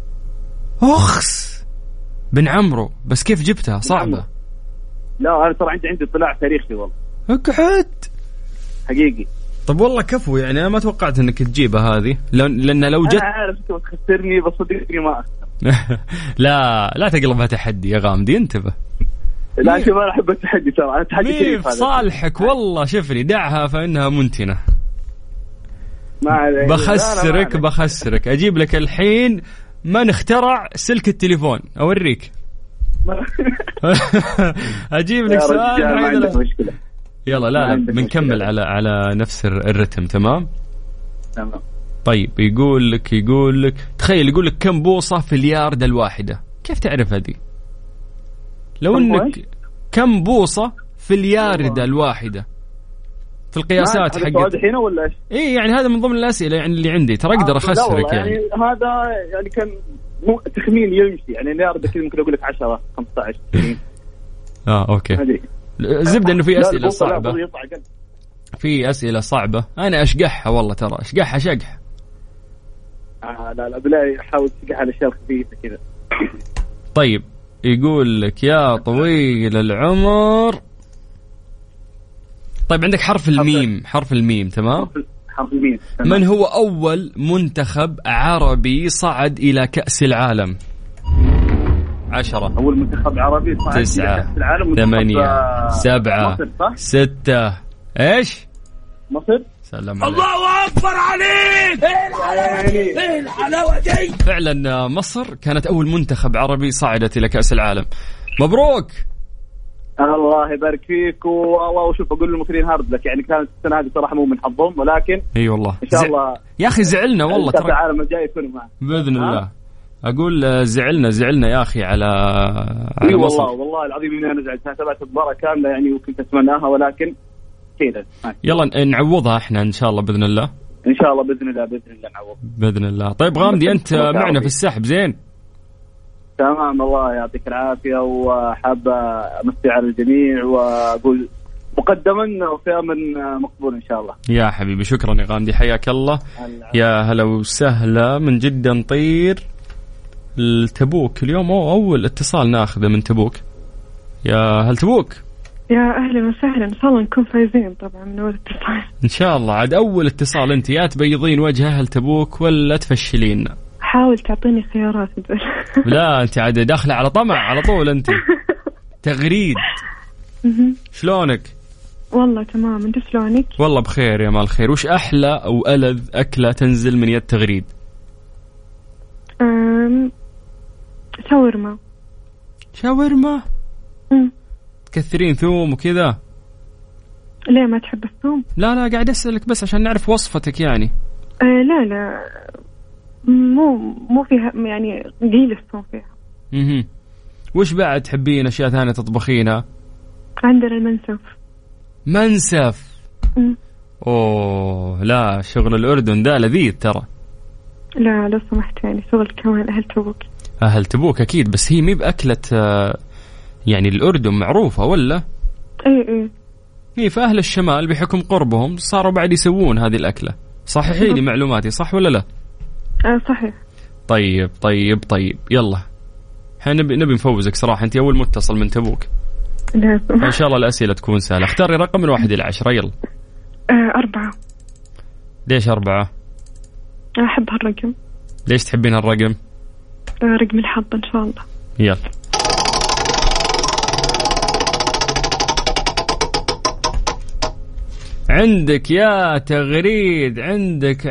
أخس بن عمرو. بس كيف جبتها؟ صعبة. لا أنا ترى عندي اطلاع تاريخي والله. اقعد حقيقي. طب والله كفو يعني. أنا ما توقعت أنك تجيبها هذه لأن لو جت. أنا عارف أنت بتخسرني بس صدقني ما أخسر. لا تقلبها تحدي يا غامدي، انتبه. لا أنت ما أحب التحدي ترى. أنا تحدي كيف هذا صالحك والله. شفني دعها فإنها منتنة. ما بخسرك. أجيب لك الحين من اخترع سلك التليفون. أوريك. أجيب لك سؤال. يلا لا بنكمل على نفس الرتم. تمام. طيب يقول لك تخيل، يقول لك كم بوصة في الياردة الواحدة. كيف تعرف هذه؟ لو انك كم بوصة في الياردة الواحدة في القياسات حقت الحين ولا ايش؟ ايه يعني هذا من ضمن الأسئلة يعني اللي عندي. ترى اقدر اخسرك يعني هذا يعني كان تخمين يمشي يعني. الياردة كذا ممكن اقول لك 10 15. اوكي. زبدة انه في أسئلة صعبة. في أسئلة صعبة أنا أشقحها والله. ترى أشقحها شقح. لا بلا حاول تشقح على الأشياء الخفيفة كذا. طيب يقول لك يا طويل العمر. طيب عندك حرف الميم. حرف الميم. تمام. حرف الميم. من هو أول منتخب عربي صعد إلى كأس العالم؟ 10 أول منتخب عربي صعد إلى كأس العالم. 8 7 6 ايش؟ مصر. سلام عليك. الله أكبر عليك. ايه الحلاوة دي. فعلا مصر كانت أول منتخب عربي صعدت إلى كأس العالم. مبروك. الله يبارك فيك. والله وشوف أقول للمصريين هارد لك يعني. كانت السنة هذه صراحة مو من حظهم ولكن اي والله إن شاء الله يا أخي زعلنا والله. كأس العالم الجاي يكون معنا بإذن الله. أقول زعلنا يا أخي على مصر. والله العظيم إني أنا زعلت. تابعت المباراة كاملة يعني وكنت أتمناها ولكن كذا. يلا نعوضها احنا إن شاء الله بإذن الله. إن شاء الله بإذن الله نعوض بإذن الله. طيب غامدي أنت معنا في السحب زين؟ تمام الله يعطيك العافية. وحاب أمسي على الجميع وأقول مقدما وفيما مقبول إن شاء الله. يا حبيبي شكرا يا غامدي حياك الله. يا هلا وسهلا من جدا. نطير التبوك اليوم. أول اتصال ناخذه من تبوك. يا هل تبوك. يا أهلا وسهلا. إن شاء الله نكون فايزين طبعا من أول اتصال. إن شاء الله. عاد أول اتصال أنت يا تبيضين وجه أهل تبوك ولا تفشلين. حاول تعطيني خيارات. لا أنت عاد داخلة على طمع على طول أنت. تغريد. شلونك؟ والله تمام. أنت شلونك؟ والله بخير يا مال خير. وش أحلى أو ألذ أكلة تنزل من يد تغريد؟ شاورما. تكثرين ثوم وكذا؟ ليه ما تحب الثوم؟ لا قاعد أسألك بس عشان نعرف وصفتك يعني. لا مو فيها يعني قليل الثوم فيها. وش بعد تحبين أشياء ثانية تطبخينها؟ عندنا المنسف. منسف. أوه لا شغل الأردن ده لذيذ ترى. لا لو سمحت يعني شغل كمان أهل تبوك أكيد. بس هي مي بأكلة يعني الأردن معروفة ولا؟ إيه هي في أهل الشمال بحكم قربهم صاروا بعد يسوون هذه الأكلة. صحيحي لي معلوماتي صح ولا لا؟ صحيح. طيب يلا نبي نفوزك صراحة. أنت أول متصل من تبوك. إن شاء الله الأسئلة تكون سهلة. اختاري رقم من 1 إلى 10. يلا. 4. ليش 4؟ أحب هالرقم. ليش تحبين هالرقم؟ رقم الحظ إن شاء الله. يلا. عندك يا تغريد، عندك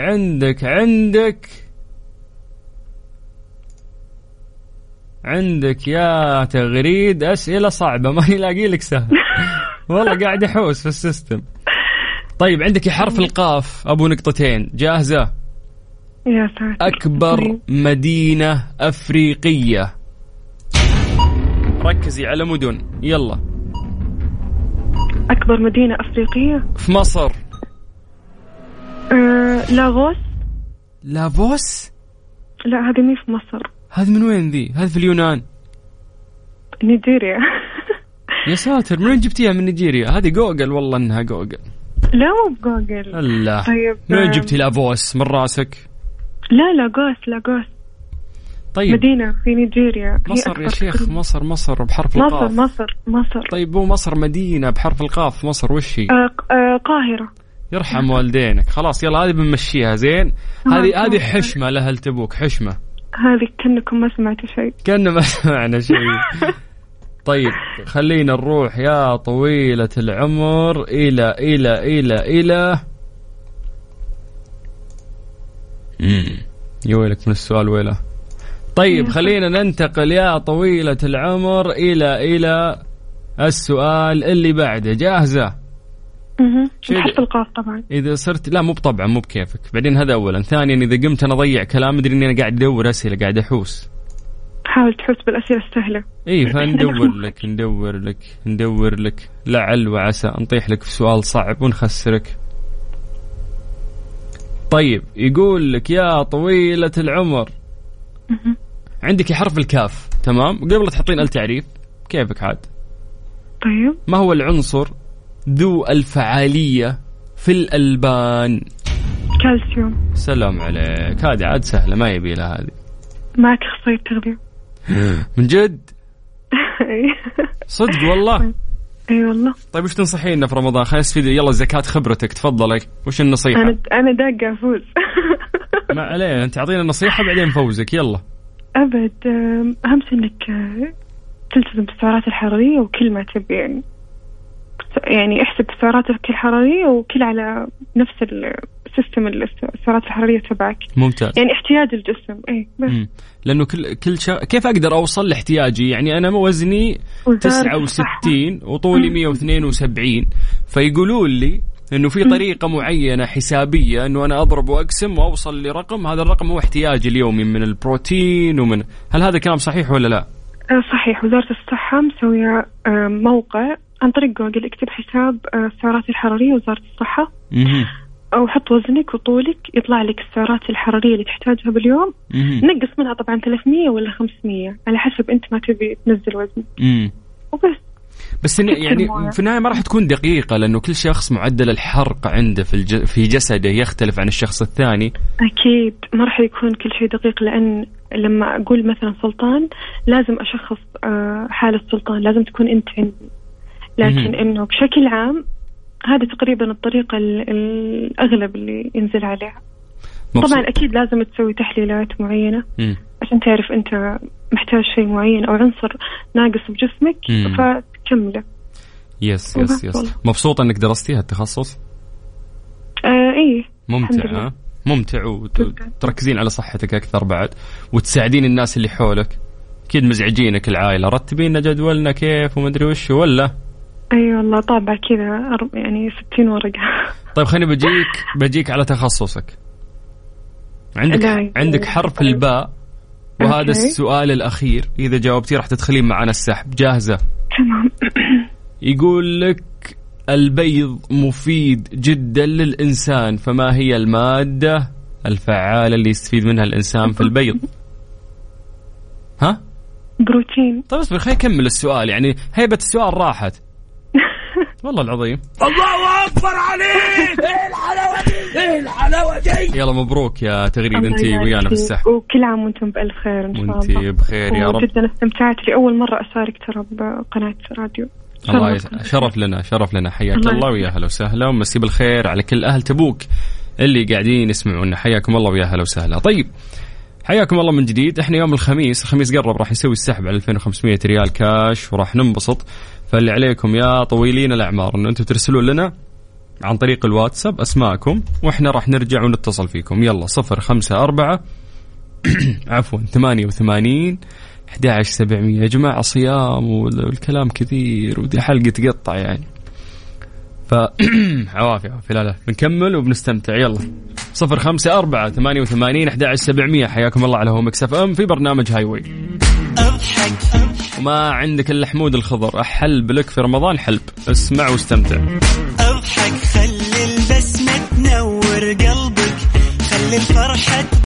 يا تغريد أسئلة صعبة ما يلاقي لك سهل. والله قاعد أحوس في السيستم. طيب عندك حرف القاف أبو نقطتين، جاهزة؟ يا ساتر. أكبر مدينة أفريقية. ركزي على مدن، يلا. أكبر مدينة أفريقية في مصر. لاغوس. لافوس؟ لا هذه مي في مصر. هذه من وين ذي؟ هذه في اليونان. نيجيريا. يا ساتر، من وين جبتيها من نيجيريا؟ هذه جوجل، والله إنها جوجل. لا مو بجوجل. الله. طيب من وين جبتي لافوس من راسك؟ لا لاغوس. طيب مدينة في نيجيريا. مصر يا شيخ، مصر بحرف القاف. مصر. طيب مو مصر مدينة بحرف القاف، مصر وش هي؟ قاهرة. يرحم والدينك. خلاص يلا هذه بنمشيها زين. هذه حشمة لأهل تبوك، حشمة. هذه كأنكم ما سمعتوا شيء. كأننا ما سمعنا شيء. طيب خلينا نروح يا طويلة العمر إلى إلى إلى إلى يويلك من السؤال ويله. طيب خلينا ننتقل يا طويلة العمر إلى السؤال اللي بعده. جاهزة؟ بحرف القاف طبعا. إذا صرت لا مو طبعا مو بكيفك. بعدين هذا أولا. ثانيا إذا قمت أنا أضيع كلام أدري إني أنا قاعد أدور أسئلة، قاعد أحوس. حاول تحوس بالأسئلة السهلة. إيه فندور لك لعل وعسى نطيح لك في سؤال صعب ونخسرك. طيب يقول لك يا طويلة العمر عندك حرف الكاف، تمام؟ قبل تحطين التعريف كيفك عاد. طيب ما هو العنصر ذو الفعالية في الألبان؟ كالسيوم. سلام عليك، هذه عاد سهلة ما يبي لها هذه. معك أخصائي تغذية. من جد؟ صدق والله؟ اي والله. طيب وش تنصحينا في رمضان؟ خلينا نستفيد. يلا زكاة خبرتك، تفضلك. وش النصيحة؟ أنا داقة أفوز. ما عليه، أنت أعطينا النصيحة بعدين فوزك. يلا. أبد أهم شيء إنك تلتزم بالسعرات الحرارية وكل ما تبي يعني احسب سعراتك الحرارية وكل على نفس السيستم السعرات الحرارية تبعك. ممتاز. يعني احتياج الجسم. ايه بس. لأنه كل كيف أقدر أوصل لاحتياجي؟ يعني أنا وزني 69 وطولي 172، فيقولون لي إنه في طريقة معينة حسابية إنه أنا أضرب وأقسم وأوصل لرقم، هذا الرقم هو احتياجي اليومي من البروتين ومن. هل هذا كلام صحيح ولا لا؟ صحيح. وزارة الصحة مسوية موقع عن طريق جوجل، اكتب حساب السعرات الحرارية وزارة الصحة أو حط وزنك وطولك يطلع لك السعرات الحرارية اللي تحتاجها باليوم. نقص منها طبعا 300 ولا 500 على حسب أنت ما تبي تنزل وزن. وبس. بس يعني في النهاية ما راح تكون دقيقة، لأنه كل شخص معدل الحرق عنده في جسده يختلف عن الشخص الثاني. أكيد ما راح يكون كل شيء دقيق، لأن لما أقول مثلا سلطان لازم أشخص حالة سلطان، لازم تكون أنت عندي. لكن إنه بشكل عام هذا تقريبا الطريقة الأغلب اللي ينزل عليها. طبعا أكيد لازم تسوي تحليلات معينة عشان تعرف أنت محتاج شيء معين أو عنصر ناقص بجسمك فتكمله. يس. مبسوطة أنك درستي هالتخصص؟ إيه ممتع. ممتع وتركزين على صحتك أكثر بعد وتساعدين الناس اللي حولك. أكيد مزعجينك العائلة، رتبين جدولنا كيف ومدري وش ولا؟ أي والله طابع كذا يعني 60 ورقة. طيب خليني بجيك على تخصصك. عندك حرف الباء، وهذا السؤال الأخير إذا جاوبتي راح تدخلين معنا السحب. جاهزة؟ تمام. يقول لك البيض مفيد جدا للإنسان، فما هي المادة الفعالة اللي يستفيد منها الإنسان في البيض؟ ها؟ بروتين. طيب اصبر خلينا نكمل السؤال، يعني هيبة السؤال راحت. والله العظيم. الله أكبر عليك. إيه الحلاوة دي. يلا مبروك يا تغريد، أنت ويانا في السحب. وكل عام وأنتم بألف خير إن شاء الله. وأنت بخير يا رب. جدا استمتعت لأول مرة أشارك ترى بقناة راديو. الله شرف لنا حياك الله ويا أهلا وسهلا، ومسي بالخير على كل أهل تبوك اللي قاعدين يسمعونا. حياكم الله ويا هلا وسهلا. طيب حياكم الله من جديد. احنا يوم الخميس قرب راح نسوي السحب على 2500 ريال كاش وراح ننبسط. فاللي عليكم يا طويلين الأعمار أن أنتم ترسلوا لنا عن طريق الواتساب أسماءكم وإحنا راح نرجع ونتصل فيكم. يلا 054 عفوا 88 11700. يا جماعة صيام والكلام كثير ودي حلقة تقطع يعني. عوافي لا بنكمل وبنستمتع. يلا 054 88 11700. حياكم الله على هو ميكس اف ام في برنامج هاي واي. وما عندك الا حمود الخضر احلب لك في رمضان حلب. اسمع واستمتع. اضحك خلي البسمة تنور قلبك خلي الفرحة